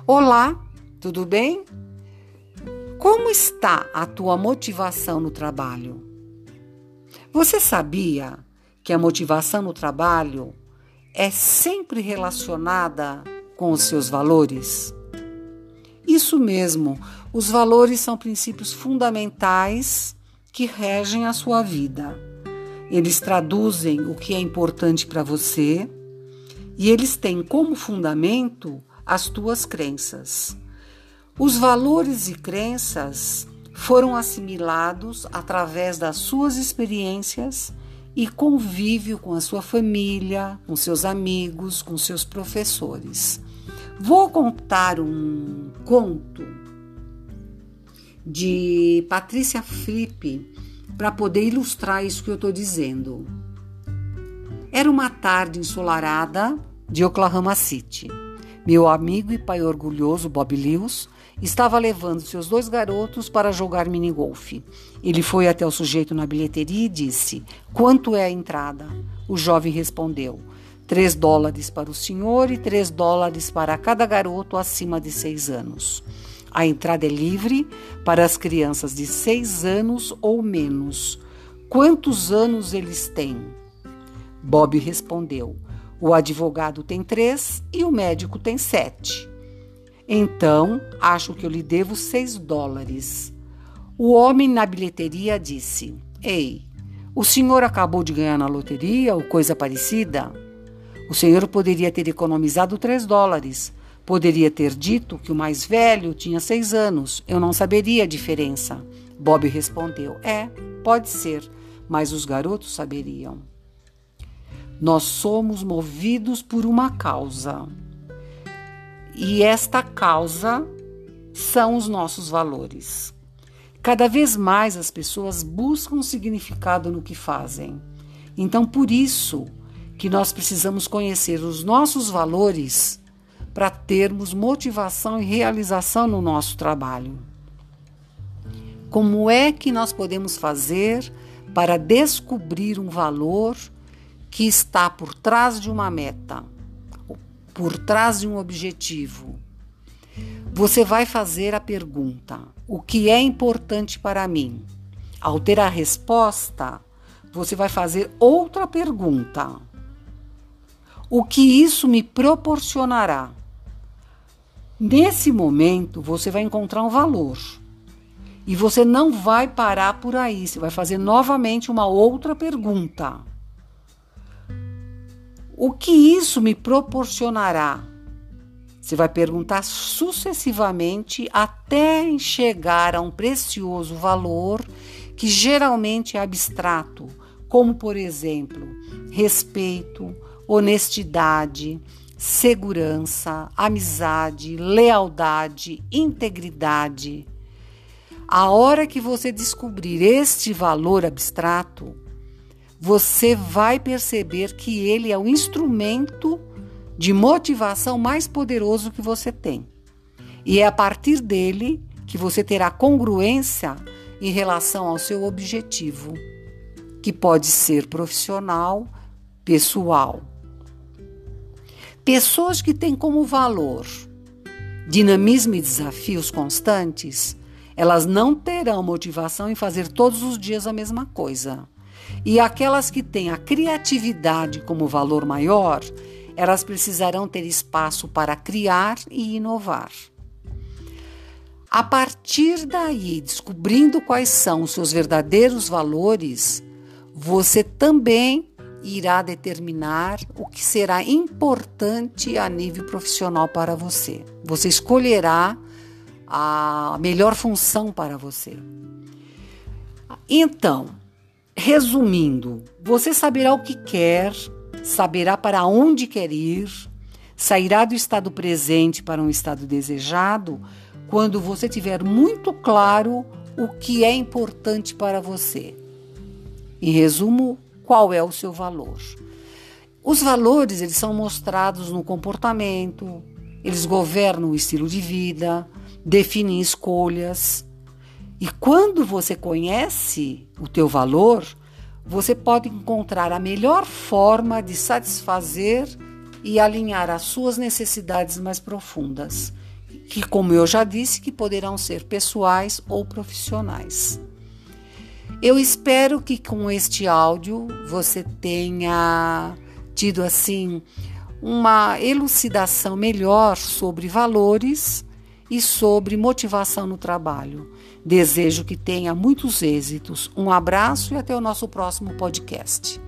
Olá, tudo bem? Como está a tua motivação no trabalho? Você sabia que a motivação no trabalho é sempre relacionada com os seus valores? Isso mesmo, os valores são princípios fundamentais que regem a sua vida. Eles traduzem o que é importante para você e eles têm como fundamento as tuas crenças. Os valores e crenças foram assimilados através das suas experiências e convívio com a sua família, com seus amigos, com seus professores. Vou contar um conto de Patrícia Fripp para poder ilustrar isso que eu estou dizendo. Era uma tarde ensolarada de Oklahoma City. Meu amigo e pai orgulhoso, Bob Lewis, estava levando seus 2 garotos para jogar minigolfe. Ele foi até o sujeito na bilheteria e disse: "Quanto é a entrada?" O jovem respondeu: $3 para o senhor e $3 para cada garoto acima de 6 anos. A entrada é livre para as crianças de 6 anos ou menos. Quantos anos eles têm? Bob respondeu: "O advogado tem 3 e o médico tem 7. Então, acho que eu lhe devo $6. O homem na bilheteria disse: "Ei, o senhor acabou de ganhar na loteria ou coisa parecida? O senhor poderia ter economizado $3. Poderia ter dito que o mais velho tinha 6 anos. Eu não saberia a diferença." Bob respondeu: "Pode ser, mas os garotos saberiam." Nós somos movidos por uma causa. E esta causa são os nossos valores. Cada vez mais as pessoas buscam significado no que fazem. Então, por isso que nós precisamos conhecer os nossos valores para termos motivação e realização no nosso trabalho. Como é que nós podemos fazer para descobrir um valor que está por trás de uma meta, por trás de um objetivo? Você vai fazer a pergunta: o que é importante para mim? Ao ter a resposta, você vai fazer outra pergunta: o que isso me proporcionará? Nesse momento, você vai encontrar um valor. E você não vai parar por aí, você vai fazer novamente uma outra pergunta: o que isso me proporcionará? Você vai perguntar sucessivamente até chegar a um precioso valor que geralmente é abstrato, como, por exemplo, respeito, honestidade, segurança, amizade, lealdade, integridade. A hora que você descobrir este valor abstrato, você vai perceber que ele é o instrumento de motivação mais poderoso que você tem. E é a partir dele que você terá congruência em relação ao seu objetivo, que pode ser profissional, pessoal. Pessoas que têm como valor dinamismo e desafios constantes, elas não terão motivação em fazer todos os dias a mesma coisa. E aquelas que têm a criatividade como valor maior, elas precisarão ter espaço para criar e inovar. A partir daí, descobrindo quais são os seus verdadeiros valores, você também irá determinar o que será importante a nível profissional para você. Você escolherá a melhor função para você. Então, resumindo, você saberá o que quer, saberá para onde quer ir, sairá do estado presente para um estado desejado quando você tiver muito claro o que é importante para você. Em resumo, qual é o seu valor? Os valores, eles são mostrados no comportamento, eles governam o estilo de vida, definem escolhas. E quando você conhece o teu valor, você pode encontrar a melhor forma de satisfazer e alinhar as suas necessidades mais profundas. que, como eu já disse, que poderão ser pessoais ou profissionais. Eu espero que com este áudio você tenha tido assim uma elucidação melhor sobre valores e sobre motivação no trabalho. Desejo que tenha muitos êxitos. Um abraço e até o nosso próximo podcast.